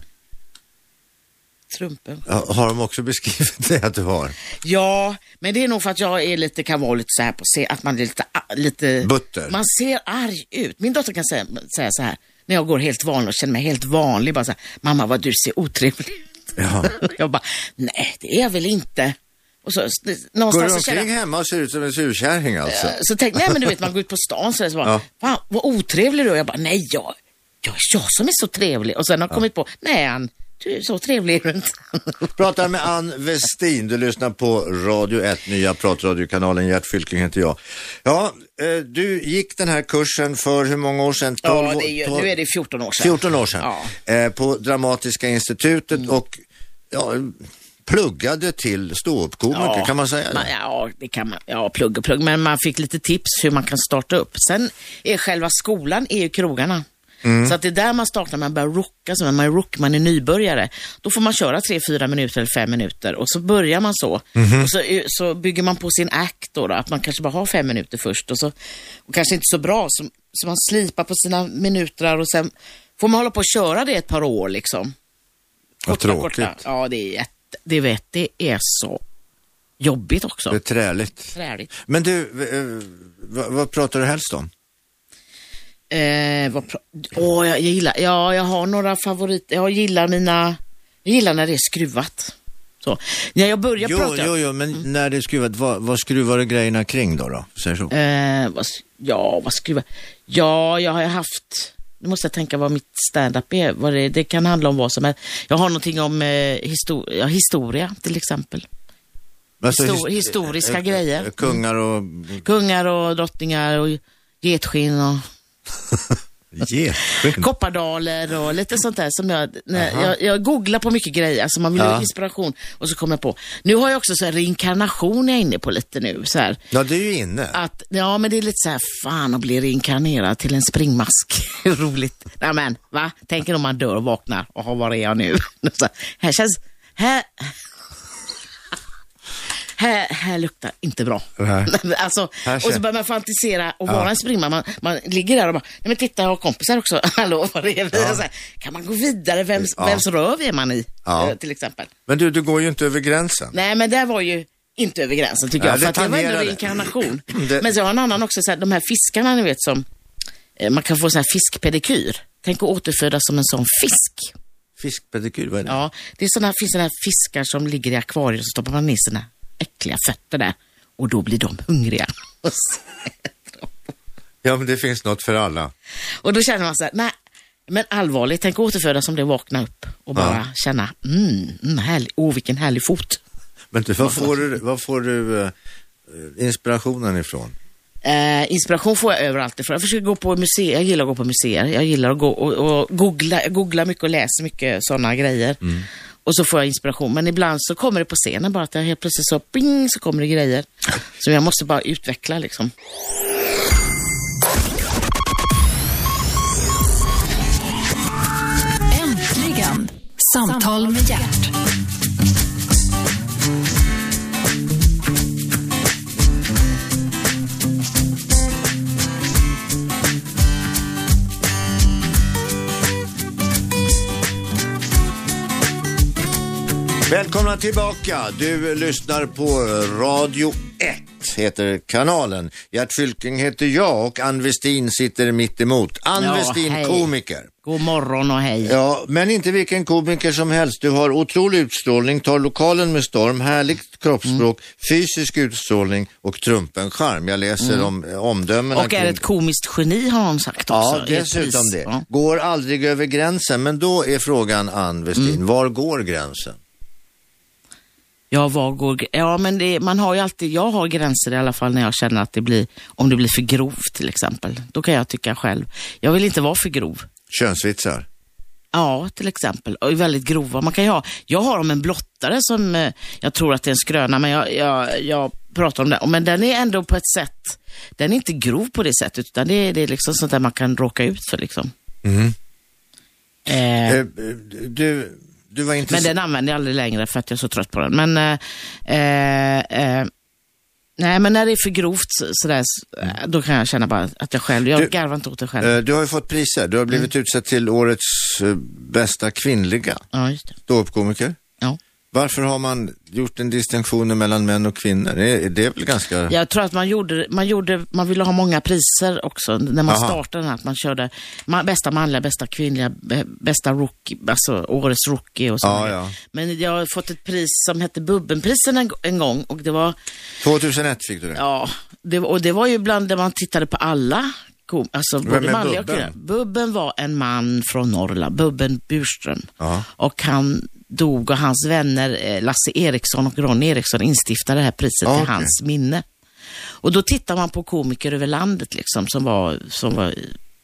Trumpen. Har de också beskrivit det att du har? Ja, men det är nog för att jag är lite, kan vara lite så här på se att man är lite, lite butter. Man ser arg ut. Min dotter kan säga, säga så här när jag går helt vanlig och känner mig helt vanlig, bara så här, mamma vad du ser otrevlig ut. Ja. Jag bara, nej det är jag väl inte. Och så, går du omkring jag, hemma och ser ut som en surkärring alltså? Så tänkte nej men du vet, man går ut på stan så, så bara, ja. Fan, vad otrevlig du är. Jag bara, nej jag, jag är jag som är så trevlig. Och sen har jag ja. kommit på, nej han, du är så trevlig runt. Pratar med Ann Westin. Du lyssnar på Radio ett, nya pratradiokanalen. Gert Fylking heter jag. Ja, du gick den här kursen för hur många år sedan? tolv, ja, det är ju, tolv, nu är det fjorton år sedan. fjorton år sedan. Ja. På Dramatiska institutet mm. och ja, pluggade till ståuppkomiker, Ja, kan man säga det? Man, ja, det kan man. Ja, plugg och plugg. Men man fick lite tips hur man kan starta upp. Sen är själva skolan är ju krogarna. Mm. Så att det är där man startar, man börjar rocka, så man är rock, man är nybörjare. Då får man köra tre, fyra minuter eller fem minuter och så börjar man så. Mm. Och så, så bygger man på sin act då, då, att man kanske bara har fem minuter först och, så, och kanske inte så bra, så, så man slipar på sina minuter och sen får man hålla på att köra det ett par år liksom. Vad tråkigt. Korta. Ja, det är jätte, det vet, det är så jobbigt också. Det är träligt. Träligt. Men du, vad, vad pratar du helst om? Eh, vad pra- Åh, jag gillar, ja, jag har några favoriter. Jag gillar mina, jag gillar när det är skruvat. Så. När jag börjar jo, prata. Jo, jo, men mm. när det är skruvat, vad, vad skruvar du grejerna kring då? då? Säger så. Eh, vad, ja, vad skruvar? Ja, jag har haft, nu måste jag tänka vad mitt stand-up är. Vad det, det kan handla om vad som är. Jag har någonting om eh, histor- ja, historia till exempel. Alltså, Histor- historiska äh, grejer. Äh, kungar och... Kungar och drottningar och getskinn och... Getskinn. Koppardaler och lite sånt där som jag, när jag, jag googlar på mycket grejer, alltså man vill ja. ha inspiration och så kommer jag på. Nu har jag också så här reinkarnation jag är inne på lite nu så här. Ja, det är ju inne. Att, ja, men det är lite så här, fan att bli reinkarnerad till en springmask. Roligt. Nej men, va? Tänker om man dör och vaknar och har var är jag nu? Så här känns, här Här, här luktar inte bra. Alltså, och så börjar man fantisera och vara ja. en springman. Man, man ligger där och bara, nej men titta, jag har kompisar också. Hallå, vad är det? Ja. Så här, kan man gå vidare? Vems, ja. vems röv är man i? Ja. Till exempel. Men du, du går ju inte över gränsen. Nej, men det var ju inte över gränsen tycker ja, jag. För att det var ändå reinkarnation. det... Men så har en annan också, så här, de här fiskarna ni vet som, eh, man kan få sån här fiskpedikyr. Tänk att återfödas som en sån fisk. Fiskpedikyr, vad är det? Ja, det är såna, finns såna här fiskar som ligger i akvariet och så stoppar man ner sina äckliga fötter där och då blir de hungriga. Ja, men det finns något för alla. Och då känner man så här, nej, men allvarligt, tänk återföda som det vakna upp och bara ja. känna, mm, mm härlig, åh vilken härlig fot. Men du, vad får du, vad får du uh, inspirationen ifrån? Uh, inspiration får jag överallt ifrån. Jag försöker gå på museer, jag gillar att gå på museer. Jag gillar att gå och, och googla, jag googlar mycket och läser mycket sådana grejer. Mm. Och så får jag inspiration. Men ibland så kommer det på scenen bara att jag helt plötsligt så bing, så kommer det grejer. Så jag måste bara utveckla liksom. Äntligen. Samtal med hjärt. Välkomna tillbaka. Du lyssnar på Radio ett, heter kanalen. Gert Fylking heter jag och Ann Westin sitter mitt emot. Ann ja, Westin, hej. Komiker. God morgon och hej. Ja, men inte vilken komiker som helst. Du har otrolig utstrålning, tar lokalen med storm, härligt kroppsspråk, mm. fysisk utstrålning och trumpen charm. Jag läser mm. om omdömena. Och är ett komiskt geni har hon sagt också. Ja, dessutom det. Ja. Går aldrig över gränsen, men då är frågan, Ann Westin, mm. var går gränsen? Ja, var går, ja men det, man har ju alltid, jag har gränser i alla fall när jag känner att det blir, om det blir för grovt till exempel. Då kan jag tycka själv, jag vill inte vara för grov. Könsvitsar? Ja, till exempel. Och väldigt grova. Man kan ju ha, jag har om en blottare som eh, jag tror att det är en skröna, men jag, jag, jag pratar om den. Men den är ändå på ett sätt, den är inte grov på det sättet, utan det är, det är liksom sånt där man kan råka ut för liksom. Mm. Eh, eh, du... Du var inte men den använder jag aldrig längre för att jag är så trött på den. Men eh, eh, nej, men när det är för grovt sådär, mm. då kan jag känna bara att jag själv, jag du, garvar inte åt det själv. Eh, du har ju fått priser. Du har blivit mm. utsedd till årets uh, bästa kvinnliga ja, just det. Ståuppkomiker. Ja. Varför har man gjort en distinktion mellan män och kvinnor? Är det väl ganska... Jag tror att man gjorde, man gjorde, man ville ha många priser också när man Aha. startade den här, att man körde man, bästa manliga, bästa kvinnliga, bästa rookie, alltså årets rookie och så. Ja, ja. Men jag har fått ett pris som hette Bubbenprisen en, en gång och det var... tjugohundraett fick du det? Ja, det, och det var ju bland där man tittade på alla kom, alltså Vem både är manliga Bubben? och kvinnliga. Bubben var en man från Norrland, Bubben Burström. Aha. Och han dog och hans vänner Lasse Eriksson och Ron Eriksson instiftade det här priset okay. till hans minne. Och då tittar man på komiker över landet liksom som var, som var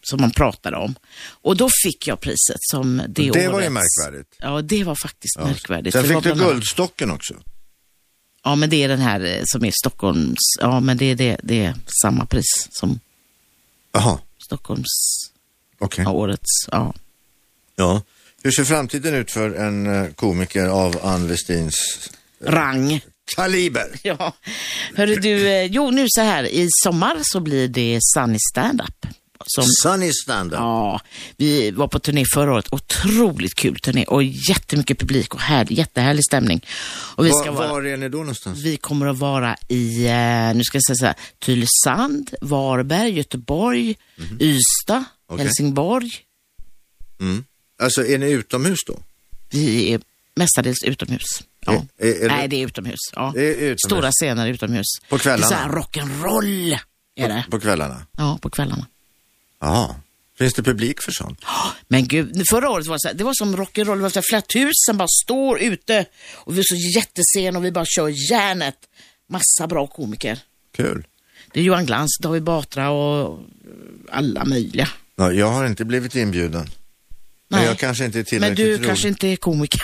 som man pratade om. Och då fick jag priset som det, det årets. Det var ju märkvärdigt. Ja, det var faktiskt ja. märkvärdigt. Sen det fick du guldstocken också. Ja, men det är den här som är Stockholms... Ja, men det är, det, det är samma pris som Aha. Stockholms okay. ja, årets. Ja. ja. Hur ser framtiden ut för en komiker av Ann Westins rang? Kaliber. Ja. Hörru du, jo nu så här, i sommar så blir det Sunny stand-up. Som, Sunny stand-up? Ja, vi var på turné förra året, otroligt kul turné och jättemycket publik och här, jättehärlig stämning. Och vi ska var, vara, var är ni då någonstans? Vi kommer att vara i, nu ska jag säga så här, Tylösand, Varberg, Göteborg, mm. Ystad, okay. Helsingborg. Mm. Alltså är ni utomhus då? Vi är mestadels utomhus. Ja. Är, är, är Nej, det är utomhus. Ja. Det är utomhus. Stora scener utomhus. På kvällarna? Det är så här rock'n'roll är det. På, på kvällarna? Ja, på kvällarna. Ja. Finns det publik för sånt? Men gud, förra året var det så här, det var som rock'n'roll, det var så här flätthus som bara står ute och vi är så jättescen och vi bara kör järnet. Massa bra komiker. Kul. Det är Johan Glans, David Batra och alla möjliga. Ja, jag har inte blivit inbjuden. Nej. Men jag kanske inte är tillräckligt rolig. Men du kanske inte är komiker.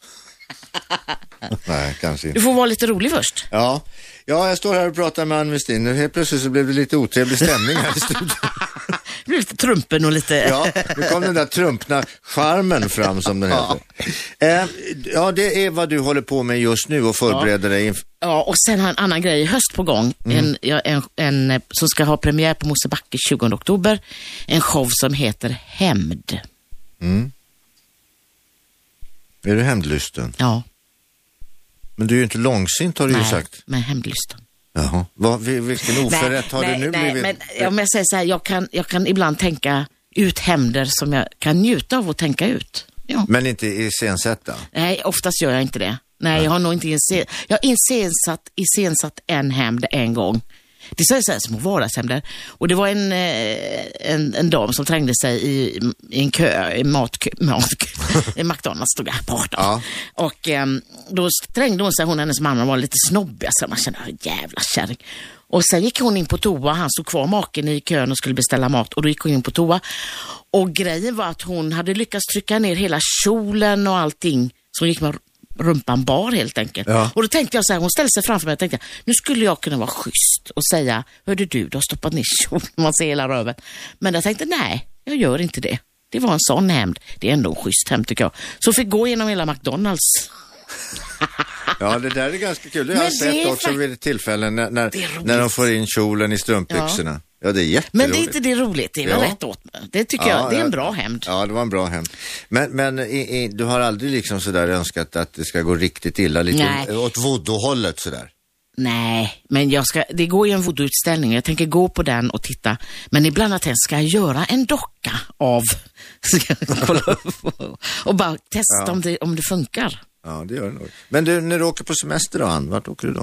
Nej, kanske inte. Du får vara lite rolig först. Ja. Ja, jag står här och pratar med Ann Westin. Nu helt plötsligt så blev det lite otrevlig stämning här i studion. Det blev lite trumpen och lite... Ja, nu kom den där trumpna charmen fram som den heter. Ja. Eh, ja, det är vad du håller på med just nu och förbereder ja. dig inför... Ja, och sen har en annan grej i höst på gång. Mm. En, ja, en, en som ska ha premiär på Mosebacke tjugonde oktober. En show som heter Hämnd. Mm. Är du hämndlysten? Ja. Men du är ju inte långsint har du nej, ju sagt. Men hämndlysten. Jaha. Vad, vilken oförrätt har nej, du nu nej, blivit? Men om jag säger så här, jag kan, jag kan ibland tänka ut hämnder som jag kan njuta av att tänka ut. Ja. Men inte iscensätta? Nej, oftast gör jag inte det. Nej, nej. jag har nog inte iscen... Jag har iscensatt, iscensatt en hämnd en gång. Det är så här små vardagshämnder. Och det var en, en, en dam som trängde sig i, i en kö, i matkö, matkö i McDonalds stod jag på. Ja. Och um, då trängde hon sig, hon och hennes man var lite snobbiga så man kände, jävla kärring. Och sen gick hon in på toa, han stod kvar maken i kön och skulle beställa mat och då gick hon in på toa. Och grejen var att hon hade lyckats trycka ner hela kjolen och allting, så hon gick med rumpan bar helt enkelt. Ja. Och då tänkte jag så här, hon ställde sig framför mig och tänkte, nu skulle jag kunna vara schysst och säga, hörde du, du har stoppat ner kjolen, man ser hela röven. Men jag tänkte, nej, jag gör inte det. Det var en sån hämnd. Det är ändå en schysst hämnd tycker jag. Så fick gå igenom hela McDonalds. Ja, det där är ganska kul. Det har jag sett också vid ett tillfälle när, när, när de får in kjolen i strumpbyxorna. Ja. Ja, det är jätteroligt. Men det är inte det roligt, det är väl ja. rätt åt mig. Det tycker ja, jag, det är en bra hämnd. Ja, det var en bra hämnd. Men, men i, i, du har aldrig liksom sådär önskat att det ska gå riktigt illa, lite Nej. åt voodoo-hållet sådär? Nej, men jag ska, det går ju en voodoo-utställning. Jag tänker gå på den och titta. Men ibland att jag ska göra en docka av och bara testa ja. om, det, om det funkar. Ja, det gör det nog. Men du, när du åker på semester då, Ann, vart åker du då?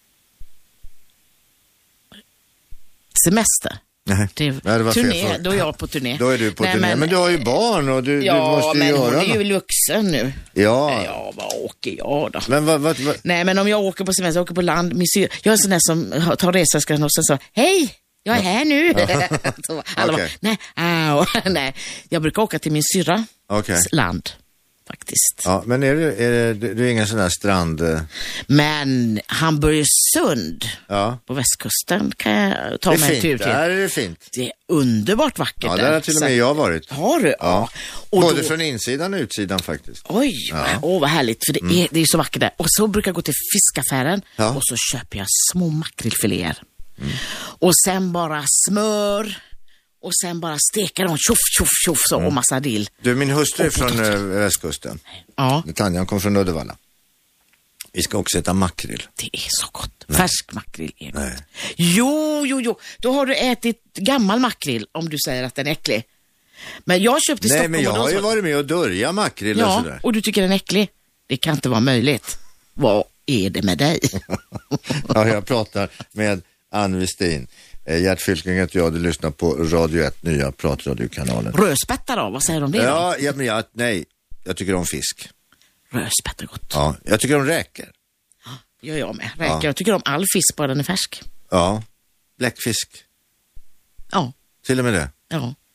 Semester? Nej, det, Nej, det var turné, fel. Då är jag på turné. Då är du på Nej, turné, men, men du har ju barn och du, ja, du måste ju göra Ja, men hon är ju vuxen nu. Ja. Ja, vad åker jag då? Men vad, vad, vad? Nej, men om jag åker på semester, jag åker på land, min syr, jag är en sån där som tar resväskan och sen så, hej, jag är här nu. så, alla okay. bara, nej, au, nej, jag brukar åka till min syrra okay. land. Faktiskt. Ja, men är det, är det, du är ingen sån här strand... Men Hamburgsund ja. på västkusten kan jag ta mig en tur till. Där är det fint. Det är underbart vackert. Ja, där har till och med så... jag varit. Har du? Ja. ja. Och Både då... från insidan och utsidan faktiskt. Oj, ja. Åh, vad härligt. För det, mm. är, det är så vackert där. Och så brukar jag gå till fiskaffären ja. och så köper jag små makrillfiléer. Mm. Och sen bara smör... Och sen bara steka dem, tjoff, tjoff, tjoff, så, mm. och massa dill. Du, min hustru är från äh, västkusten. Ja. Tanja, hon kom från Uddevalla. Vi ska också äta makrill. Det är så gott. Nej. Färsk makrill är gott. Nej. Jo, jo, jo. Då har du ätit gammal makrill om du säger att den är äcklig. Men jag köpte i Nej, Stockholm. Nej, men jag har ju så... varit med och dörja makrill ja, och sådär. Och du tycker den är äcklig? Det kan inte vara möjligt. Vad är det med dig? Ja, jag pratar med Ann Westin. Gert Fylking heter jag, du lyssnar på Radio ett, nya pratradiokanalen. Rödspätta då, vad säger de om det då? Ja, ja, men jag, nej, jag tycker om fisk. Rödspätta är gott. Ja, jag tycker om räkor. Ja, gör jag med. Räkor. Ja. Jag tycker om all fisk bara den är färsk. Ja, bläckfisk. Ja. Till och med det? Ja. Ja.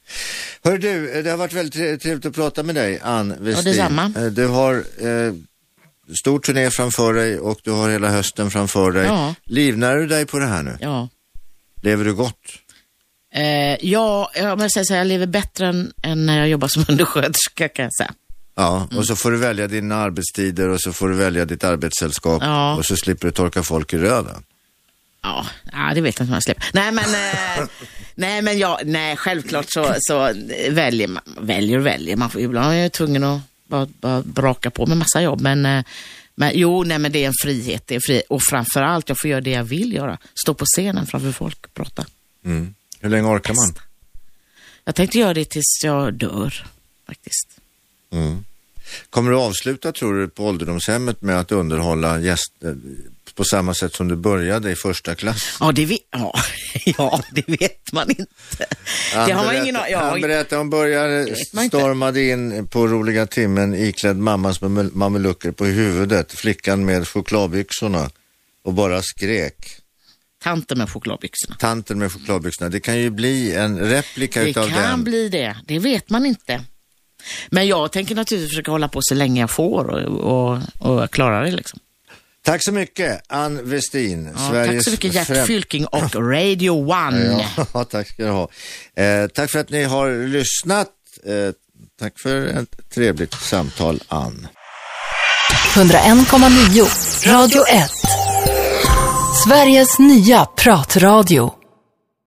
Hör du, det har varit väldigt trevligt att prata med dig, Ann Westin. Ja, detsamma. Du har eh, stor turné framför dig och du har hela hösten framför dig. Ja. Livnär du dig på det här nu? Ja. Lever du gott? Eh, ja, jag måste säga att jag lever bättre än, än när jag jobbar som undersköterska, kan jag säga. Ja, och så får du välja dina arbetstider och så får du välja ditt arbetssällskap Ja. och så slipper du torka folk i röven. Ja, ja, det vet jag inte om jag släpper. Nej, men, eh, nej, men jag, nej, självklart så, så väljer man, väljer och väljer. Man får, ibland är jag tvungen att bara, bara braka på med massa jobb, men, eh, men jo, nej, men det är en frihet, det är fri, och framförallt jag får göra det jag vill göra. Stå på scenen framför folk och prata. Mm. Hur länge orkar man? Jag tänkte göra det tills jag dör, faktiskt. Mm. Kommer du avsluta, tror du, på ålderdomshemmet med att underhålla gäster på samma sätt som du började i första klass? Ja, det vet, ja, ja, det vet man inte. Han det har man berätta, ingen ja, Han berättade om började stormade in på roliga timmen iklädd mammas mamelucker på huvudet, flickan med chokladbyxorna, och bara skrek. Tanten med chokladbyxorna. Tanten med chokladbyxorna. Det kan ju bli en replika det utav den. Det kan bli det. Det vet man inte. Men jag tänker naturligtvis försöka hålla på så länge jag får och, och, och klara det liksom. Tack så mycket, Ann Westin. Ja, Sveriges tack så mycket, Gert främ... Fylking och Radio One. Ja, tack ska du ha. Eh, tack för att ni har lyssnat. Eh, tack för ett trevligt samtal, Ann. hundraen komma nio Radio ett. Sveriges nya pratradio.